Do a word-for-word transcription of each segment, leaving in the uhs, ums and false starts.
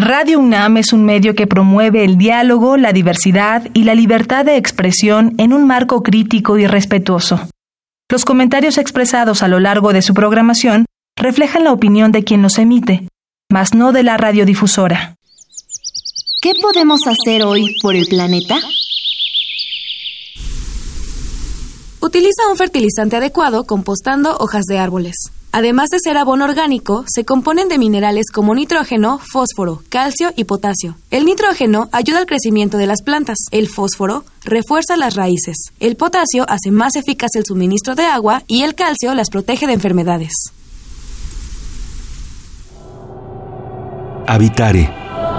Radio UNAM es un medio que promueve el diálogo, la diversidad y la libertad de expresión en un marco crítico y respetuoso. Los comentarios expresados a lo largo de su programación reflejan la opinión de quien los emite, mas no de la radiodifusora. ¿Qué podemos hacer hoy por el planeta? Utiliza un fertilizante adecuado compostando hojas de árboles. Además de ser abono orgánico, se componen de minerales como nitrógeno, fósforo, calcio y potasio. El nitrógeno ayuda al crecimiento de las plantas. El fósforo refuerza las raíces. El potasio hace más eficaz el suministro de agua y el calcio las protege de enfermedades. Habitare.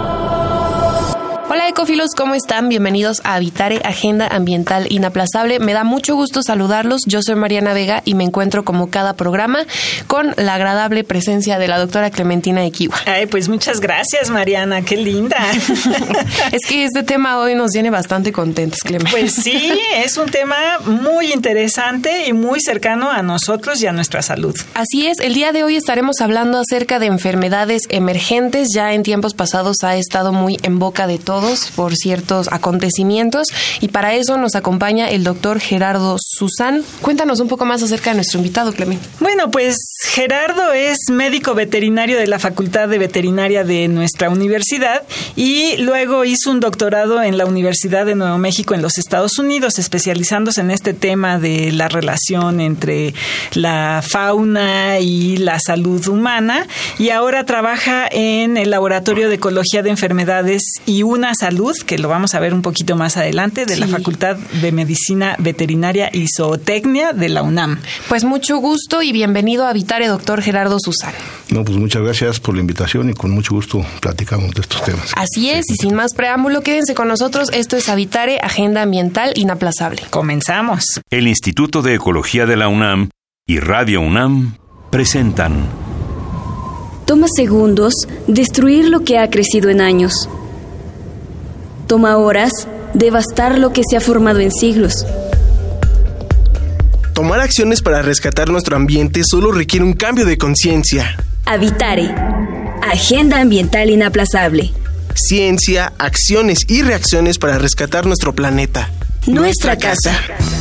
Hola ecófilos, ¿cómo están? Bienvenidos a Habitare, Agenda Ambiental Inaplazable. Me da mucho gusto saludarlos. Yo soy Mariana Vega y me encuentro como cada programa con la agradable presencia de la doctora Clementina Equihua. Ay, pues muchas gracias, Mariana, qué linda. Es que este tema hoy nos tiene bastante contentos, Clementina. Pues sí, es un tema muy interesante y muy cercano a nosotros y a nuestra salud. Así es, el día de hoy estaremos hablando acerca de enfermedades emergentes. Ya en tiempos pasados ha estado muy en boca de todos por ciertos acontecimientos, y para eso nos acompaña el doctor Gerardo Susán. Cuéntanos un poco más acerca de nuestro invitado, Clemen. Bueno, pues Gerardo es médico veterinario de la Facultad de Veterinaria de nuestra universidad y luego hizo un doctorado en la Universidad de Nuevo México en los Estados Unidos, especializándose en este tema de la relación entre la fauna y la salud humana, y ahora trabaja en el Laboratorio de Ecología de Enfermedades y una Salud, que lo vamos a ver un poquito más adelante, de sí. la Facultad de Medicina Veterinaria y Zootecnia de la UNAM. Pues mucho gusto y bienvenido a Habitare, doctor Gerardo Susán. No, pues muchas gracias por la invitación y con mucho gusto platicamos de estos temas. Así es, y sin más preámbulo, quédense con nosotros. Esto es Habitare, Agenda Ambiental Inaplazable. Comenzamos. El Instituto de Ecología de la UNAM y Radio UNAM presentan. Toma segundos destruir lo que ha crecido en años. Toma horas devastar lo que se ha formado en siglos. Tomar acciones para rescatar nuestro ambiente solo requiere un cambio de conciencia. Habitare. Agenda Ambiental Inaplazable. Ciencia, acciones y reacciones para rescatar nuestro planeta. Nuestra, nuestra casa.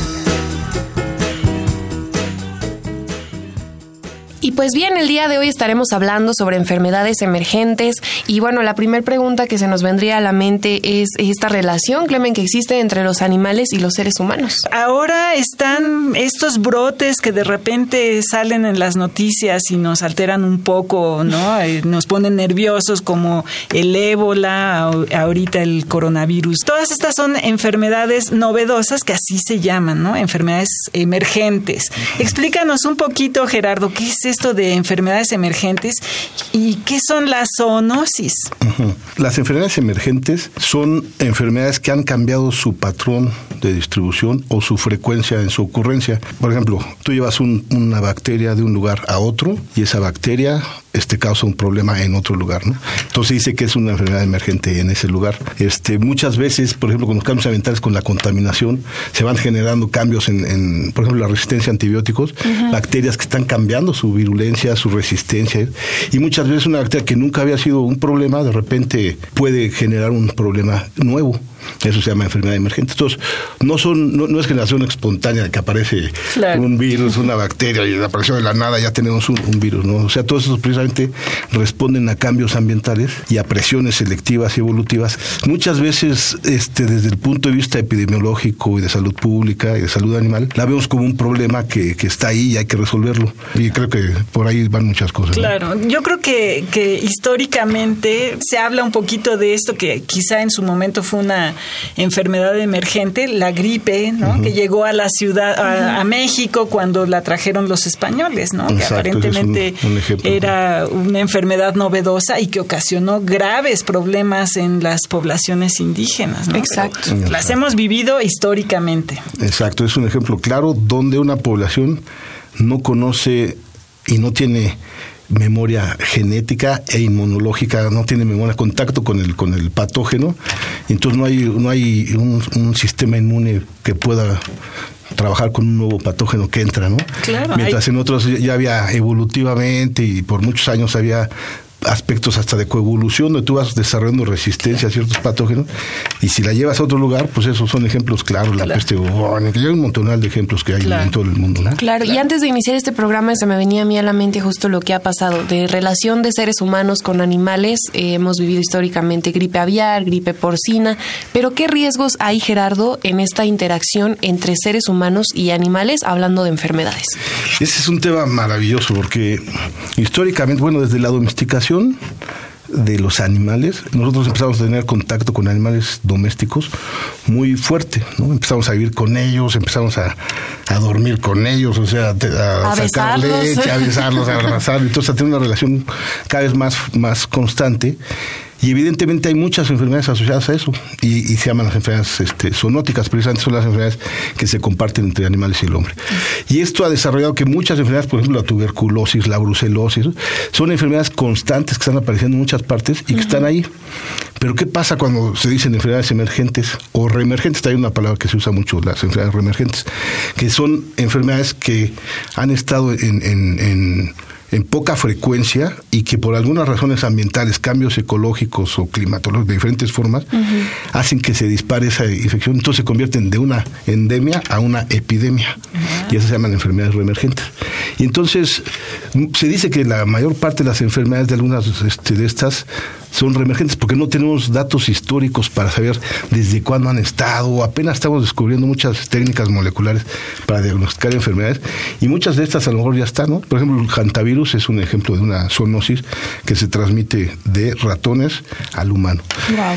Y pues bien, el día de hoy estaremos hablando sobre enfermedades emergentes y bueno, la primera pregunta que se nos vendría a la mente es esta relación, Clemen, que existe entre los animales y los seres humanos. Ahora están estos brotes que de repente salen en las noticias y nos alteran un poco, ¿no? Nos ponen nerviosos, como el ébola, ahorita el coronavirus. Todas estas son enfermedades novedosas que así se llaman, ¿no? Enfermedades emergentes. Explícanos un poquito, Gerardo, ¿qué es esto de enfermedades emergentes y qué son las zoonosis? Uh-huh. Las enfermedades emergentes son enfermedades que han cambiado su patrón de distribución o su frecuencia en su ocurrencia. Por ejemplo, tú llevas un, una bacteria de un lugar a otro y esa bacteria este causa un problema en otro lugar, ¿no? Entonces dice que es una enfermedad emergente en ese lugar. Este, muchas veces, por ejemplo, con los cambios ambientales, con la contaminación, se van generando cambios en, en por ejemplo, la resistencia a antibióticos, uh-huh. bacterias que están cambiando su virulencia, su resistencia, y muchas veces una bacteria que nunca había sido un problema, de repente puede generar un problema nuevo. Eso se llama enfermedad emergente. Entonces, no son, no, no es generación espontánea que aparece claro. un virus, una bacteria y apareció de la nada, ya tenemos un, un virus, ¿no? O sea, todos esos precisamente responden a cambios ambientales y a presiones selectivas y evolutivas. Muchas veces, este, desde el punto de vista epidemiológico y de salud pública y de salud animal, la vemos como un problema que, que está ahí y hay que resolverlo. Y creo que por ahí van muchas cosas. Claro, ¿no? Yo creo que, que históricamente se habla un poquito de esto que quizá en su momento fue una enfermedad emergente, la gripe, ¿no? Uh-huh. Que llegó a la ciudad, a, a México cuando la trajeron los españoles, ¿no? Exacto, que aparentemente es un, un ejemplo, era una enfermedad novedosa y que ocasionó graves problemas en las poblaciones indígenas, ¿no? Exacto. Pero las hemos vivido históricamente. Exacto, es un ejemplo claro donde una población no conoce y no tiene memoria genética e inmunológica, no tiene memoria, contacto con el con el patógeno, entonces no hay no hay un, un sistema inmune que pueda trabajar con un nuevo patógeno que entra, ¿no? Claro, mientras hay... en otros ya había evolutivamente y por muchos años había aspectos hasta de coevolución, donde tú vas desarrollando resistencia a ciertos patógenos, y si la llevas a otro lugar, pues esos son ejemplos claros, la claro. peste bubónica, y hay un montonal de ejemplos que hay claro. en todo el mundo, ¿no? Claro, claro, y antes de iniciar este programa se me venía a mí a la mente justo lo que ha pasado, de relación de seres humanos con animales. Eh, hemos vivido históricamente gripe aviar, gripe porcina, pero ¿qué riesgos hay, Gerardo, en esta interacción entre seres humanos y animales, hablando de enfermedades? Ese es un tema maravilloso, porque históricamente, bueno, desde la domesticación de los animales, nosotros empezamos a tener contacto con animales domésticos muy fuerte, ¿no? Empezamos a vivir con ellos, empezamos a, a dormir con ellos, o sea, a, a sacar leche, a besarlos, a abrazarlos, entonces a tener una relación cada vez más, más constante. Y evidentemente hay muchas enfermedades asociadas a eso, y, y se llaman las enfermedades este, zoonóticas, precisamente son las enfermedades que se comparten entre animales y el hombre. Y esto ha desarrollado que muchas enfermedades, por ejemplo la tuberculosis, la brucelosis, son enfermedades constantes que están apareciendo en muchas partes y que uh-huh. están ahí. Pero ¿qué pasa cuando se dicen enfermedades emergentes o reemergentes? Hay una palabra que se usa mucho, las enfermedades reemergentes, que son enfermedades que han estado en... en, en en poca frecuencia y que por algunas razones ambientales, cambios ecológicos o climatológicos de diferentes formas, uh-huh. hacen que se dispare esa infección. Entonces se convierten de una endemia a una epidemia. Uh-huh. Y esas se llaman enfermedades reemergentes. Y entonces se dice que la mayor parte de las enfermedades de algunas este, de estas son reemergentes porque no tenemos datos históricos para saber desde cuándo han estado. Apenas estamos descubriendo muchas técnicas moleculares para diagnosticar enfermedades y muchas de estas a lo mejor ya están, ¿no? Por ejemplo, el hantavirus es un ejemplo de una zoonosis que se transmite de ratones al humano. Wow.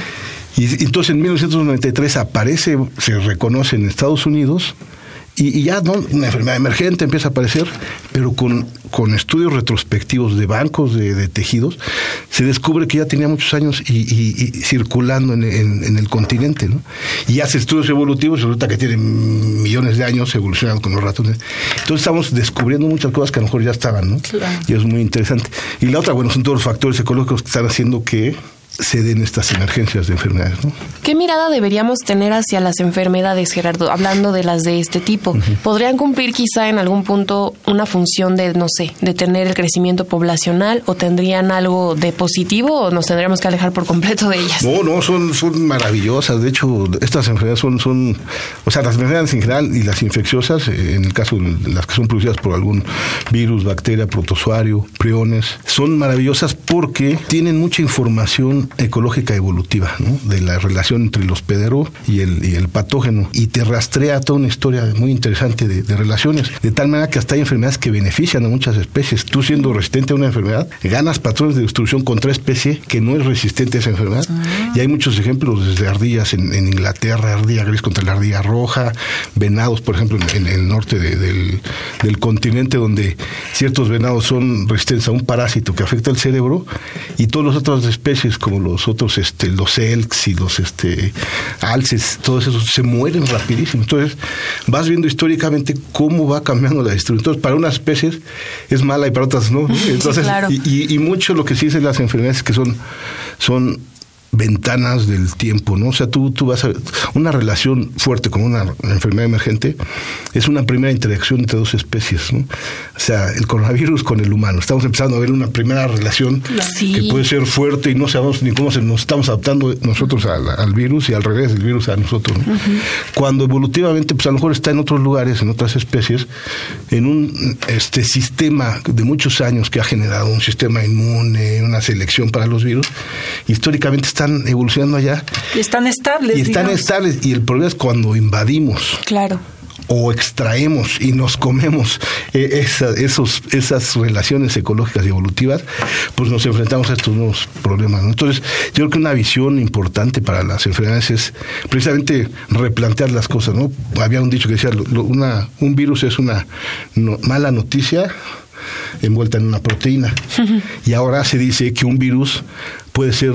Y entonces en mil novecientos noventa y tres aparece, se reconoce en Estados Unidos. Y, y ya no una enfermedad emergente empieza a aparecer, pero con, con estudios retrospectivos de bancos de, de tejidos, se descubre que ya tenía muchos años y, y, y circulando en, en, en el continente, ¿no? Y hace estudios evolutivos y resulta que tiene millones de años evolucionando con los ratones. Entonces estamos descubriendo muchas cosas que a lo mejor ya estaban, ¿no? Claro. Y es muy interesante. Y la otra, bueno, son todos los factores ecológicos que están haciendo que se den estas emergencias de enfermedades, ¿no? ¿Qué mirada deberíamos tener hacia las enfermedades, Gerardo? Hablando de las de este tipo, uh-huh. ¿podrían cumplir quizá en algún punto una función de, no sé, de tener el crecimiento poblacional, o tendrían algo de positivo, o nos tendríamos que alejar por completo de ellas? No, no, son, son maravillosas. De hecho, estas enfermedades son, son, o sea, las enfermedades en general y las infecciosas, en el caso de las que son producidas por algún virus, bacteria, protozoario, priones, son maravillosas porque tienen mucha información ecológica evolutiva, ¿no? De la relación entre el hospedero y el, y el patógeno, y te rastrea toda una historia muy interesante de, de relaciones, de tal manera que hasta hay enfermedades que benefician a muchas especies. Tú, siendo resistente a una enfermedad, ganas patrones de destrucción contra especie que no es resistente a esa enfermedad. Ah. Y hay muchos ejemplos desde ardillas en, en Inglaterra, ardilla gris contra la ardilla roja, venados, por ejemplo, en, en el norte de, del, del continente, donde ciertos venados son resistentes a un parásito que afecta el cerebro, y todas las otras especies, como los otros, este, los elks y los este, alces, todos esos se mueren rapidísimo. Entonces vas viendo históricamente cómo va cambiando la distribución. Entonces, para unas especies es mala y para otras no. Entonces, sí, claro. y, y, y mucho lo que sí dicen las enfermedades que son, son ventanas del tiempo, ¿no? O sea, tú, tú vas a... Una relación fuerte con una enfermedad emergente es una primera interacción entre dos especies, ¿no? O sea, el coronavirus con el humano. Estamos empezando a ver una primera relación sí. que puede ser fuerte y no sabemos ni cómo se nos estamos adaptando nosotros al, al virus, y al revés, el virus a nosotros, ¿no? Uh-huh. Cuando evolutivamente, pues a lo mejor está en otros lugares, en otras especies, en un este sistema de muchos años que ha generado un sistema inmune, una selección para los virus, históricamente está están evolucionando allá. Y están estables. Y están digamos. estables. Y el problema es cuando invadimos. Claro. O extraemos y nos comemos eh, esa, esos, esas relaciones ecológicas y evolutivas, pues nos enfrentamos a estos nuevos problemas, ¿no? Entonces, yo creo que una visión importante para las enfermedades es precisamente replantear las cosas, ¿no? Había un dicho que decía, lo, una, un virus es una no, mala noticia envuelta en una proteína. Uh-huh. Y ahora se dice que un virus puede ser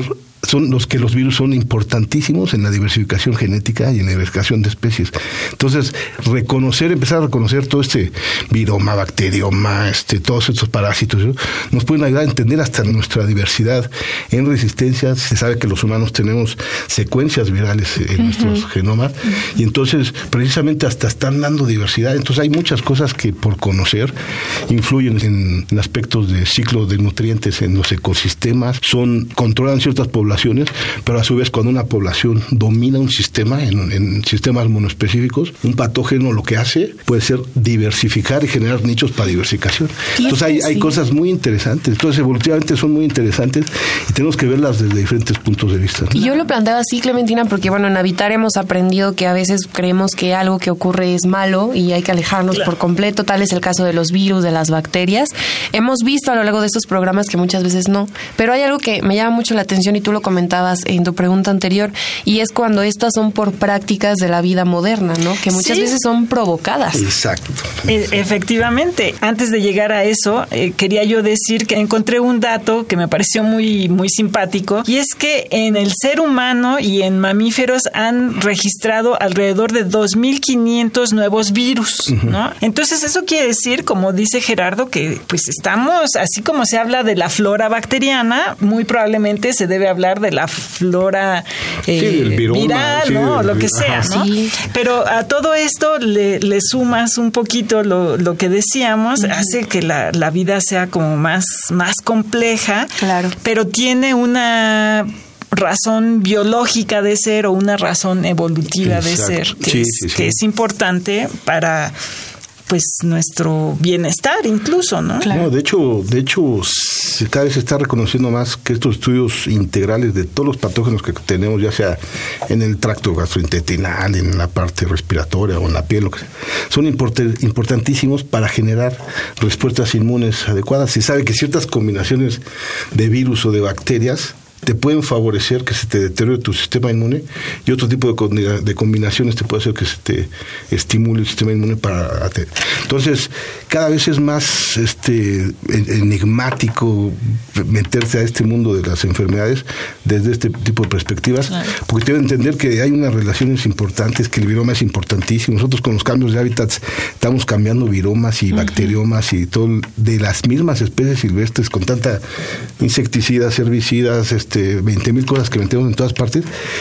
son los que los virus son importantísimos en la diversificación genética y en la diversificación de especies. Entonces, reconocer, empezar a reconocer todo este viroma, bacterioma, este, todos estos parásitos, ¿no? Nos pueden ayudar a entender hasta nuestra diversidad en resistencias. Se sabe que los humanos tenemos secuencias virales en uh-huh. nuestros genomas uh-huh. y entonces precisamente hasta están dando diversidad. Entonces hay muchas cosas que por conocer influyen en, en aspectos de ciclo de nutrientes en los ecosistemas, son controlan ciertas poblaciones, pero a su vez cuando una población domina un sistema en, en sistemas monoespecíficos, un patógeno lo que hace puede ser diversificar y generar nichos para diversificación. Entonces hay, hay cosas muy interesantes, entonces evolutivamente son muy interesantes y tenemos que verlas desde diferentes puntos de vista, ¿no? Y yo lo planteaba así, Clementina, porque bueno, en Habitar hemos aprendido que a veces creemos que algo que ocurre es malo y hay que alejarnos claro. por completo, tal es el caso de los virus, de las bacterias. Hemos visto a lo largo de estos programas que muchas veces no, pero hay algo que me llama mucho la atención y tú lo comentabas en tu pregunta anterior, y es cuando estas son por prácticas de la vida moderna, ¿no? Que muchas sí. veces son provocadas. Exacto. E- efectivamente. Antes de llegar a eso, eh, quería yo decir que encontré un dato que me pareció muy, muy simpático, y es que en el ser humano y en mamíferos han registrado alrededor de dos mil quinientos nuevos virus, uh-huh. ¿no? Entonces eso quiere decir, como dice Gerardo, que pues estamos, así como se habla de la flora bacteriana, muy probablemente se debe hablar de la flora eh, sí, el viroma, viral, sí, ¿no? El, lo que sea, ajá, ¿no? Sí. Pero a todo esto le, le sumas un poquito lo, lo que decíamos, uh-huh. hace que la, la vida sea como más, más compleja, claro. pero tiene una razón biológica de ser o una razón evolutiva Exacto. de ser, que, sí, es, sí, sí. que es importante para pues nuestro bienestar incluso, ¿no? Claro. No, de hecho, de hecho cada vez se está reconociendo más que estos estudios integrales de todos los patógenos que tenemos, ya sea en el tracto gastrointestinal, en la parte respiratoria o en la piel, lo que sea, son import- importantísimos para generar respuestas inmunes adecuadas. Se sabe que ciertas combinaciones de virus o de bacterias te pueden favorecer que se te deteriore tu sistema inmune, y otro tipo de, de combinaciones te puede hacer que se te estimule el sistema inmune para... Entonces, cada vez es más este enigmático meterse a este mundo de las enfermedades desde este tipo de perspectivas, claro. porque deben entender que hay unas relaciones importantes, que el viroma es importantísimo. Nosotros con los cambios de hábitats estamos cambiando viromas y uh-huh. bacteriomas y todo de las mismas especies silvestres, con tanta insecticidas, herbicidas, este veinte mil cosas que metemos en todas partes,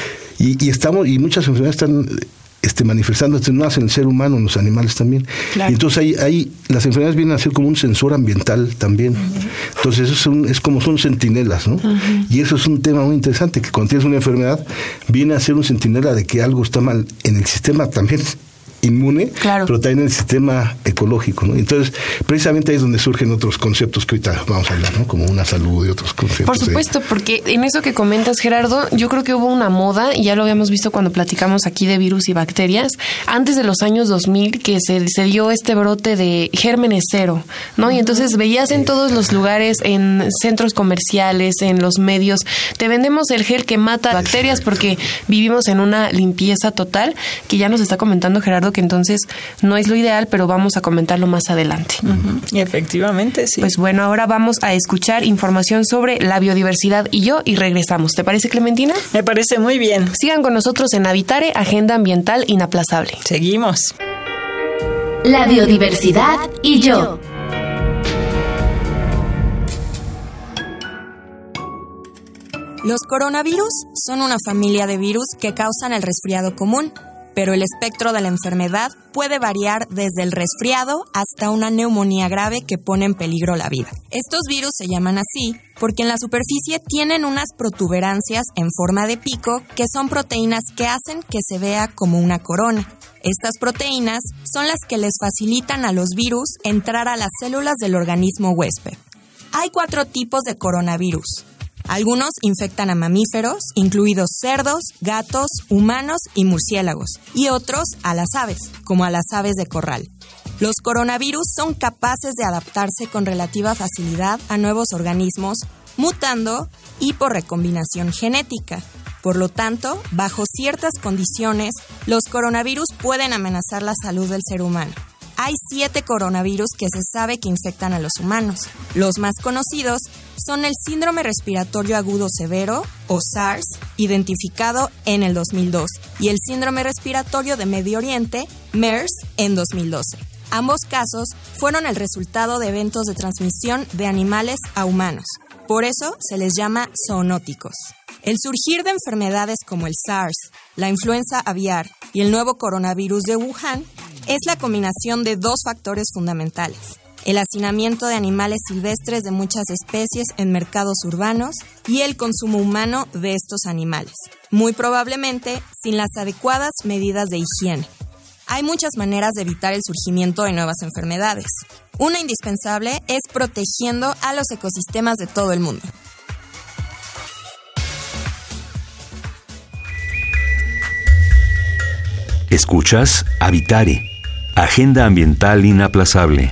y, y estamos y muchas enfermedades están este, manifestándose no más en el ser humano, en los animales también. Claro. Y entonces ahí, ahí las enfermedades vienen a ser como un sensor ambiental también. Uh-huh. Entonces eso es, un, es como son centinelas, ¿no? Uh-huh. Y eso es un tema muy interesante, que cuando tienes una enfermedad viene a ser un centinela de que algo está mal en el sistema también inmune, claro. pero también en el sistema ecológico, ¿no? Entonces, precisamente ahí es donde surgen otros conceptos que ahorita vamos a hablar, ¿no? Como una salud y otros conceptos. Por supuesto, de... porque en eso que comentas, Gerardo, yo creo que hubo una moda, y ya lo habíamos visto cuando platicamos aquí de virus y bacterias, antes de los años dos mil, que se, se dio este brote de gérmenes cero, ¿no? Y entonces veías en todos los lugares, en centros comerciales, en los medios, te vendemos el gel que mata bacterias porque vivimos en una limpieza total, que ya nos está comentando Gerardo que entonces no es lo ideal, pero vamos a comentarlo más adelante. Uh-huh. Y efectivamente, sí. Pues bueno, ahora vamos a escuchar información sobre la biodiversidad y yo, y regresamos. ¿Te parece, Clementina? Me parece muy bien. Sigan con nosotros en Habitare, Agenda Ambiental Inaplazable. Seguimos. La biodiversidad y yo. Los coronavirus son una familia de virus que causan el resfriado común, pero el espectro de la enfermedad puede variar desde el resfriado hasta una neumonía grave que pone en peligro la vida. Estos virus se llaman así porque en la superficie tienen unas protuberancias en forma de pico que son proteínas que hacen que se vea como una corona. Estas proteínas son las que les facilitan a los virus entrar a las células del organismo huésped. Hay cuatro tipos de coronavirus. Algunos infectan a mamíferos, incluidos cerdos, gatos, humanos y murciélagos, y otros a las aves, como a las aves de corral. Los coronavirus son capaces de adaptarse con relativa facilidad a nuevos organismos, mutando y por recombinación genética. Por lo tanto, bajo ciertas condiciones, los coronavirus pueden amenazar la salud del ser humano. Hay siete coronavirus que se sabe que infectan a los humanos. Los más conocidos son el síndrome respiratorio agudo severo, o SARS, identificado en el dos mil dos, y el síndrome respiratorio de Medio Oriente, MERS, en dos mil doce. Ambos casos fueron el resultado de eventos de transmisión de animales a humanos. Por eso se les llama zoonóticos. El surgir de enfermedades como el SARS, la influenza aviar y el nuevo coronavirus de Wuhan es la combinación de dos factores fundamentales: el hacinamiento de animales silvestres de muchas especies en mercados urbanos y el consumo humano de estos animales, muy probablemente sin las adecuadas medidas de higiene. Hay muchas maneras de evitar el surgimiento de nuevas enfermedades. Una indispensable es protegiendo a los ecosistemas de todo el mundo. Escuchas Habitare, Agenda Ambiental Inaplazable.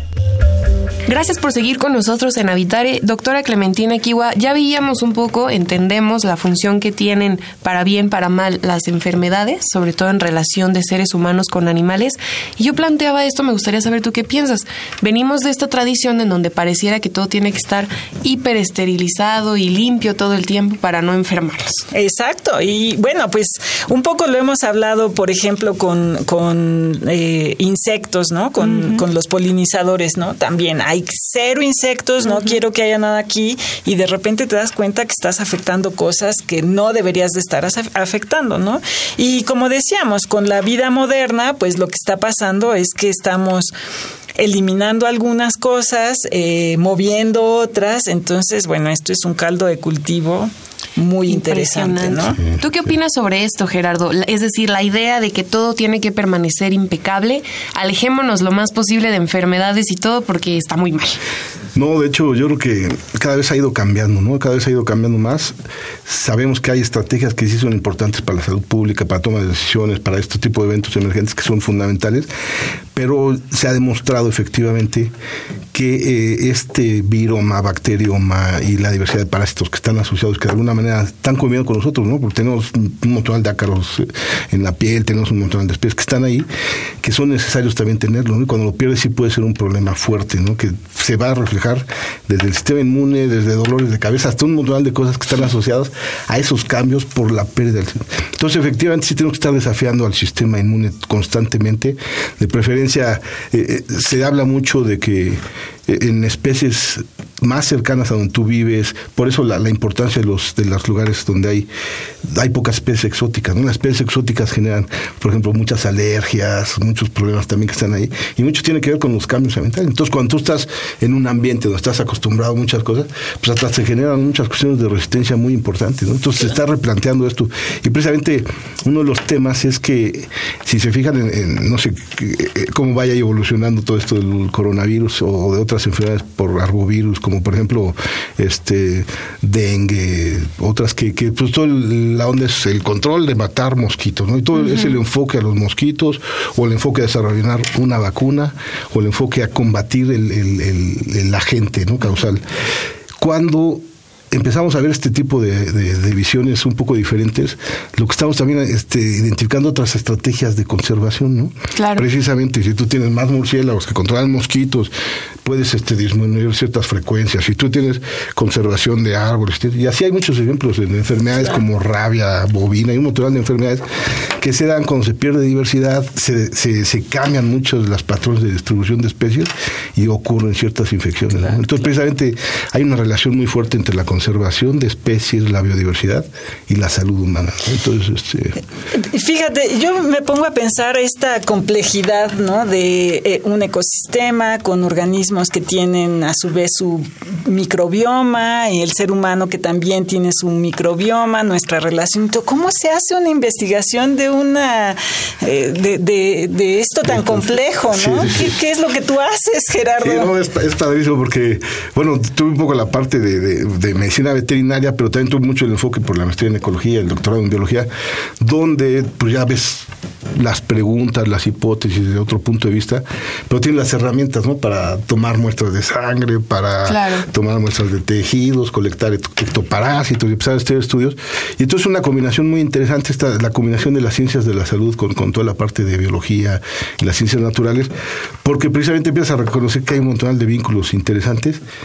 Gracias por seguir con nosotros en Habitare. Doctora Clementina Kiwa, ya veíamos un poco, entendemos la función que tienen para bien, para mal, las enfermedades, sobre todo en relación de seres humanos con animales. Y yo planteaba esto, me gustaría saber tú qué piensas. Venimos de esta tradición en donde pareciera que todo tiene que estar hiperesterilizado y limpio todo el tiempo para no enfermarnos. Exacto. Y bueno, pues un poco lo hemos hablado, por ejemplo, con, con eh, insectos, ¿no? Con, uh-huh. con los polinizadores, ¿no? También hay Hay cero insectos, no uh-huh. quiero que haya nada aquí, y de repente te das cuenta que estás afectando cosas que no deberías de estar afectando, ¿no? Y como decíamos, con la vida moderna, pues lo que está pasando es que estamos eliminando algunas cosas, eh, moviendo otras. Entonces, bueno, esto es un caldo de cultivo muy interesante, ¿no? Sí. ¿Tú qué opinas sobre esto, Gerardo? Es decir, la idea de que todo tiene que permanecer impecable, alejémonos lo más posible de enfermedades y todo porque está muy mal. No, de hecho, yo creo que cada vez ha ido cambiando, ¿no? Cada vez ha ido cambiando más. Sabemos que hay estrategias que sí son importantes para la salud pública, para toma de decisiones, para este tipo de eventos emergentes que son fundamentales, pero se ha demostrado efectivamente que eh, este viroma, bacterioma y la diversidad de parásitos que están asociados, que de alguna manera están conviviendo con nosotros, ¿no? Porque tenemos un montón de ácaros en la piel, tenemos un montón de especies que están ahí, que son necesarios también tenerlo, ¿no? Y cuando lo pierdes sí puede ser un problema fuerte, ¿no? Que se va a reflejar desde el sistema inmune, desde dolores de cabeza, hasta un montón de cosas que están asociadas a esos cambios por la pérdida del sistema. Entonces, efectivamente, sí tenemos que estar desafiando al sistema inmune constantemente. De preferencia, eh, se habla mucho de que eh, en especies más cercanas a donde tú vives, por eso la, la importancia de los de los lugares donde hay hay pocas especies exóticas, ¿no? Las especies exóticas generan, por ejemplo, muchas alergias, muchos problemas también que están ahí, y mucho tiene que ver con los cambios ambientales. Entonces, cuando tú estás en un ambiente donde estás acostumbrado a muchas cosas, pues hasta se generan muchas cuestiones de resistencia muy importantes, ¿no? Entonces, se está replanteando esto, y precisamente uno de los temas es que, si se fijan en, en no sé cómo vaya evolucionando todo esto del coronavirus o de otras enfermedades por arbovirus, como por ejemplo este dengue, otras que, que pues todo el, la onda es el control de matar mosquitos, ¿no? Y todo uh-huh. es el enfoque a los mosquitos, o el enfoque a desarrollar una vacuna, o el enfoque a combatir el, el, el, el agente, ¿no? causal. Cuando empezamos a ver este tipo de, de, de visiones un poco diferentes, lo que estamos también este, identificando otras estrategias de conservación, ¿no? Claro. Precisamente, si tú tienes más murciélagos que controlan mosquitos, puedes este, disminuir ciertas frecuencias. Si tú tienes conservación de árboles, y así hay muchos ejemplos de enfermedades claro. como rabia bovina y un montón de enfermedades que se dan cuando se pierde diversidad, se, se, se cambian muchos de los patrones de distribución de especies y ocurren ciertas infecciones, ¿no? Entonces, precisamente, hay una relación muy fuerte entre la conservación conservación de especies, la biodiversidad y la salud humana. Entonces, este... fíjate, yo me pongo a pensar esta complejidad, ¿no? de eh, un ecosistema con organismos que tienen a su vez su microbioma, y el ser humano que también tiene su microbioma, nuestra relación. ¿Cómo se hace una investigación de una eh, de, de, de esto tan complejo, ¿no? Sí, sí, sí. ¿Qué, ¿Qué es lo que tú haces, Gerardo? Sí, no, es, es padrísimo porque, bueno, tuve un poco la parte de, de, de medicina veterinaria, pero también tuve mucho el enfoque por la maestría en ecología, el doctorado en biología, donde pues ya ves las preguntas, las hipótesis de otro punto de vista, pero tienen las herramientas, ¿no? Para tomar muestras de sangre, para claro. tomar muestras de tejidos, colectar ectoparásitos y empezar a hacer estudios. Y entonces una combinación muy interesante, esta, la combinación de las ciencias de la salud con, con toda la parte de biología y las ciencias naturales, porque precisamente empiezas a reconocer que hay un montón de vínculos interesantes.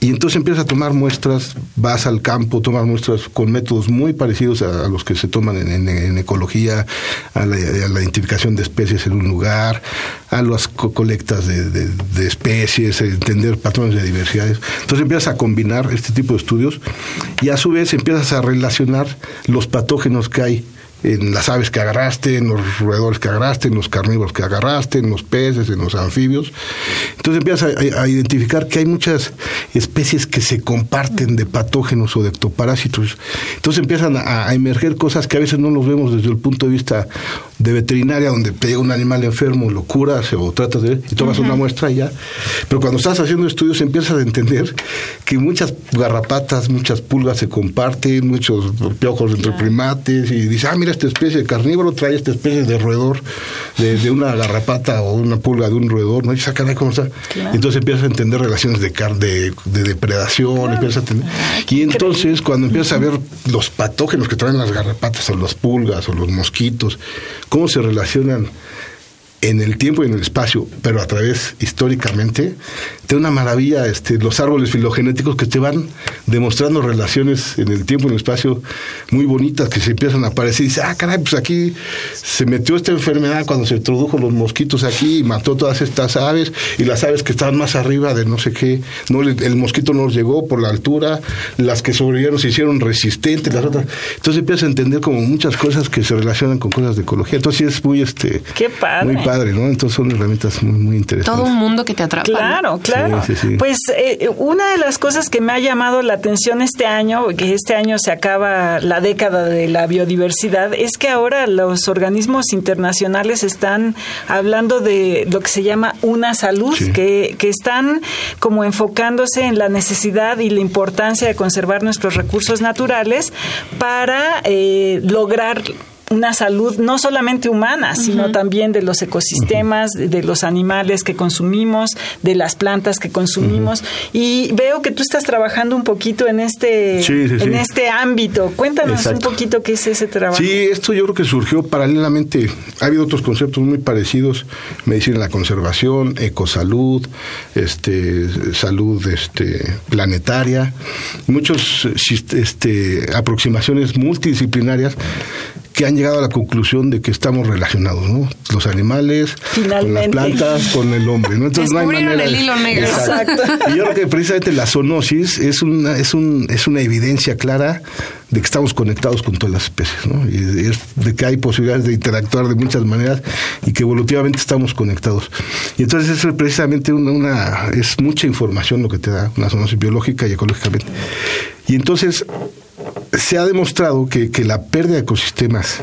Y entonces empiezas a tomar muestras, vas al campo, tomas muestras con métodos muy parecidos a, a los que se toman en, en, en ecología, a la, a la identificación de especies en un lugar, a las co- colectas de, de, de especies, a entender patrones de diversidades. Entonces empiezas a combinar este tipo de estudios y a su vez empiezas a relacionar los patógenos que hay en las aves que agarraste, en los roedores que agarraste, en los carnívoros que agarraste, en los peces, en los anfibios. Entonces empiezas a, a identificar que hay muchas especies que se comparten de patógenos o de ectoparásitos. Entonces empiezan a, a emerger cosas que a veces no los vemos desde el punto de vista de veterinaria, donde te llega un animal enfermo, lo curas o tratas de... y tomas uh-huh. una muestra y ya. Pero cuando estás haciendo estudios empiezas a entender que muchas garrapatas, muchas pulgas se comparten, muchos piojos entre yeah. primates, y dices, ah, mira, esta especie de carnívoro trae esta especie de roedor de, de una garrapata o una pulga de un roedor, ¿no? Y dices, ah, ¿cómo está? Claro. Entonces empiezas a entender relaciones de car de, de depredación, claro. empiezas a entender. Ah, y entonces, increíble. Cuando empiezas a ver los patógenos que traen las garrapatas o las pulgas o los mosquitos, cómo se relacionan en el tiempo y en el espacio, pero a través, históricamente, de una maravilla, este, los árboles filogenéticos que te van demostrando relaciones en el tiempo y en el espacio muy bonitas que se empiezan a aparecer y dices, ah, caray, pues aquí se metió esta enfermedad cuando se introdujo los mosquitos aquí y mató todas estas aves, y las aves que estaban más arriba de no sé qué, no, el mosquito no los llegó por la altura, las que sobrevivieron se hicieron resistentes, las otras. Entonces empiezas a entender como muchas cosas que se relacionan con cosas de ecología. Entonces sí es muy, este, qué padre. Muy padre. ¿no? Entonces son herramientas muy, muy interesantes. Todo un mundo que te atrapa. Claro, claro. Sí, sí, sí. Pues eh, una de las cosas que me ha llamado la atención este año, que este año se acaba la década de la biodiversidad, es que ahora los organismos internacionales están hablando de lo que se llama una salud, sí. que, que están como enfocándose en la necesidad y la importancia de conservar nuestros recursos naturales para eh, lograr una salud no solamente humana, sino uh-huh. también de los ecosistemas, uh-huh. de los animales que consumimos, de las plantas que consumimos. Uh-huh. Y veo que tú estás trabajando un poquito en este sí, sí, en sí. este ámbito. Cuéntanos Exacto. un poquito qué es ese trabajo. Sí, esto yo creo que surgió paralelamente. Ha habido otros conceptos muy parecidos: medicina de la conservación, ecosalud, este, salud este, planetaria, muchos este, aproximaciones multidisciplinarias que han llegado a la conclusión de que estamos relacionados, ¿no? Los animales, Finalmente. Con las plantas, con el hombre, ¿no? Entonces no hay manera. El hilo negro. Exacto. Exacto. Y yo creo que precisamente la zoonosis es una, es un, es una evidencia clara de que estamos conectados con todas las especies, ¿no? Y es de que hay posibilidades de interactuar de muchas maneras y que evolutivamente estamos conectados. Y entonces es precisamente una, una es mucha información lo que te da una zoonosis biológica y ecológicamente. Y entonces se ha demostrado que, que la pérdida de ecosistemas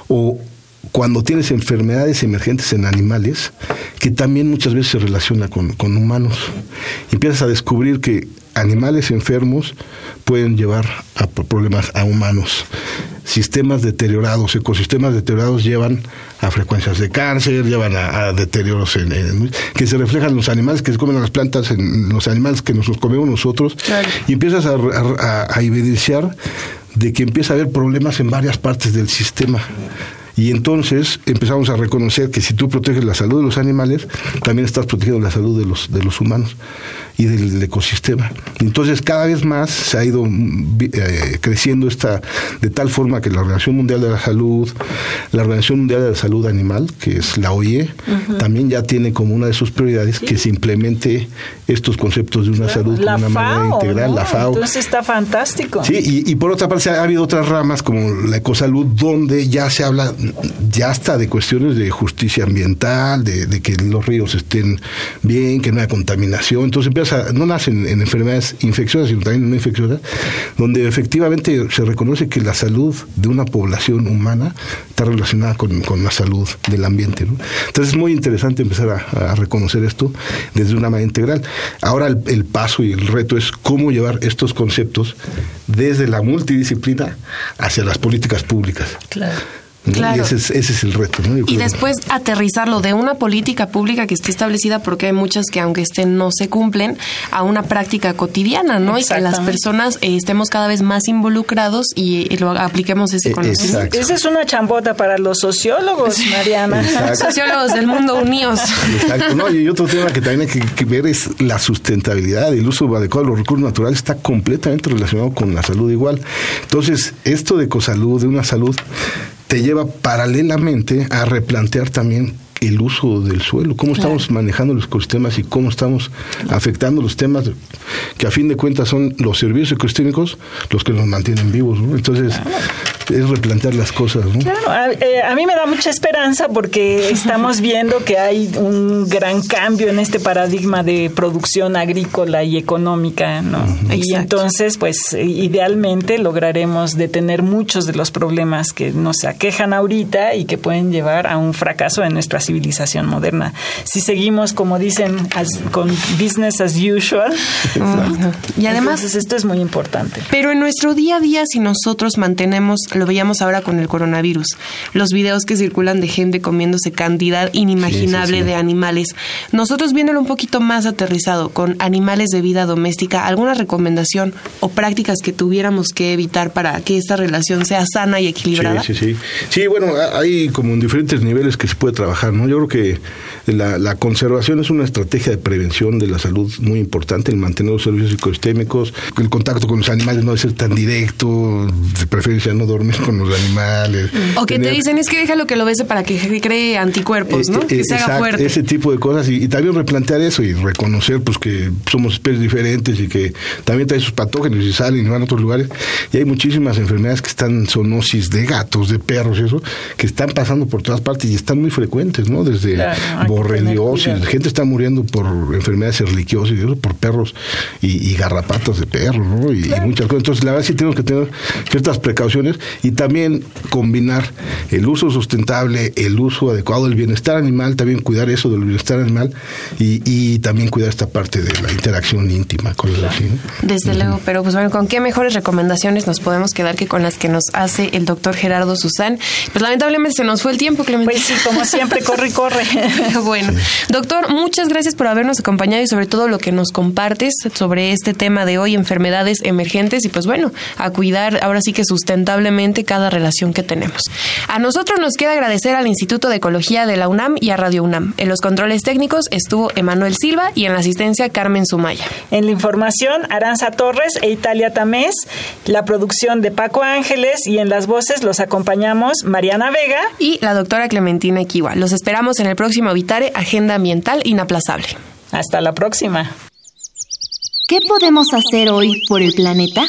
o cuando tienes enfermedades emergentes en animales, que también muchas veces se relaciona con, con humanos, y empiezas a descubrir que animales enfermos pueden llevar a problemas a humanos. Sistemas deteriorados, ecosistemas deteriorados llevan a frecuencias de cáncer, llevan a, a deterioros en, en, que se reflejan en los animales que se comen a las plantas, en los animales que nos los comemos nosotros, claro. Y empiezas a, a, a evidenciar de que empieza a haber problemas en varias partes del sistema. Y entonces empezamos a reconocer que si tú proteges la salud de los animales, también estás protegiendo la salud de los de los humanos y del, del ecosistema. Entonces cada vez más se ha ido eh, creciendo esta, de tal forma que la Organización Mundial de la Salud, la Organización Mundial de la Salud Animal, que es la O I E, uh-huh. también ya tiene como una de sus prioridades sí. que se implemente estos conceptos de una claro, salud de una FAO, manera integral, ¿no? la FAO. Entonces está fantástico. Sí, y, y por otra parte ha habido otras ramas como la ecosalud, donde ya se habla ya hasta de cuestiones de justicia ambiental, de, de que los ríos estén bien, que no haya contaminación. Entonces empieza a, no nacen en enfermedades infecciosas, sino también no infecciosas, donde efectivamente se reconoce que la salud de una población humana está relacionada con, con la salud del ambiente, ¿no? Entonces es muy interesante empezar a, a reconocer esto desde una manera integral. Ahora el, el paso y el reto es cómo llevar estos conceptos desde la multidisciplina hacia las políticas públicas. Claro. ¿no? Claro. Y ese es, ese es el reto, ¿no? Y después aterrizarlo de una política pública que esté establecida, porque hay muchas que aunque estén no se cumplen, a una práctica cotidiana, ¿no? Y que las personas eh, estemos cada vez más involucrados y, y lo apliquemos ese conocimiento. Exacto. Esa es una chambota para los sociólogos, Mariana. Exacto. Sociólogos del mundo unidos. Exacto, no, y otro tema que también hay que, que ver es la sustentabilidad. El uso adecuado de los recursos naturales está completamente relacionado con la salud igual. Entonces, esto de ecosalud, de una salud, te lleva paralelamente a replantear también el uso del suelo, cómo claro. estamos manejando los ecosistemas y cómo estamos afectando los temas que a fin de cuentas son los servicios ecosistémicos los que nos mantienen vivos, ¿no? Entonces es replantear las cosas, ¿no? Claro, a, eh, a mí me da mucha esperanza porque estamos viendo que hay un gran cambio en este paradigma de producción agrícola y económica, ¿no? Uh-huh. Y entonces, pues, idealmente lograremos detener muchos de los problemas que nos aquejan ahorita y que pueden llevar a un fracaso en nuestra civilización moderna. Si seguimos, como dicen, as, con business as usual. Uh-huh. Y además, entonces esto es muy importante. Pero en nuestro día a día, si nosotros mantenemos, lo veíamos ahora con el coronavirus, los videos que circulan de gente comiéndose cantidad inimaginable sí, sí, sí. de animales, nosotros viéndolo un poquito más aterrizado con animales de vida doméstica, ¿alguna recomendación o prácticas que tuviéramos que evitar para que esta relación sea sana y equilibrada? Sí, sí, sí. Sí, bueno, hay como en diferentes niveles que se puede trabajar, ¿no? Yo creo que la, la conservación es una estrategia de prevención de la salud muy importante, el mantener los servicios ecosistémicos, el contacto con los animales no debe ser tan directo, de preferencia no dormir con los animales. O que tener... te dicen, es que déjalo que lo bese para que cree anticuerpos, ¿no? Eh, eh, que se haga exacto, fuerte. Ese tipo de cosas, y, y también replantear eso y reconocer pues que somos especies diferentes y que también traen sus patógenos y salen y van a otros lugares. Y hay muchísimas enfermedades que están, zoonosis de gatos, de perros y eso, que están pasando por todas partes y están muy frecuentes, ¿no? Desde claro, borreliosis, gente está muriendo por enfermedades erliquiosis y eso, por perros y, y garrapatas de perros, ¿no? Y, claro. y muchas cosas. Entonces, la verdad sí tenemos que tener ciertas precauciones y también combinar el uso sustentable, el uso adecuado del bienestar animal, también cuidar eso del bienestar animal y, y también cuidar esta parte de la interacción íntima, cosas así, ¿no? Desde uh-huh. luego, pero pues bueno, ¿con qué mejores recomendaciones nos podemos quedar que con las que nos hace el doctor Gerardo Susán? Pues lamentablemente se nos fue el tiempo, Clemente. Pues sí, como siempre, corre y corre. Bueno, doctor, muchas gracias por habernos acompañado y sobre todo lo que nos compartes sobre este tema de hoy, enfermedades emergentes y pues bueno, a cuidar ahora sí que sustentablemente cada relación que tenemos. A nosotros nos queda agradecer al Instituto de Ecología de la UNAM y a Radio UNAM. En los controles técnicos estuvo Emanuel Silva y en la asistencia Carmen Sumaya. En la información, Aranza Torres e Italia Tamés, la producción de Paco Ángeles y en las voces los acompañamos Mariana Vega y la doctora Clementina Equiwa. Los esperamos en el próximo Vitare, Agenda Ambiental Inaplazable. Hasta la próxima. ¿Qué podemos hacer hoy por el planeta?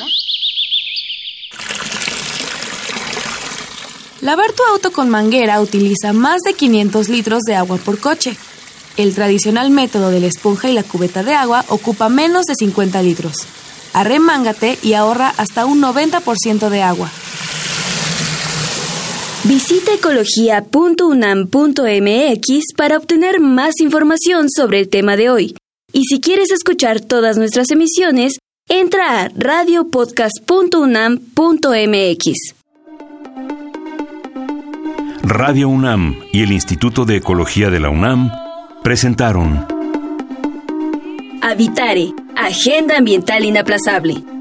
Lavar tu auto con manguera utiliza más de quinientos litros de agua por coche. El tradicional método de la esponja y la cubeta de agua ocupa menos de cincuenta litros. Arremángate y ahorra hasta un noventa por ciento de agua. Visita ecología punto unam punto m x para obtener más información sobre el tema de hoy. Y si quieres escuchar todas nuestras emisiones, entra a radio podcast punto unam punto m x. Radio UNAM y el Instituto de Ecología de la UNAM presentaron Habitare, Agenda Ambiental Inaplazable.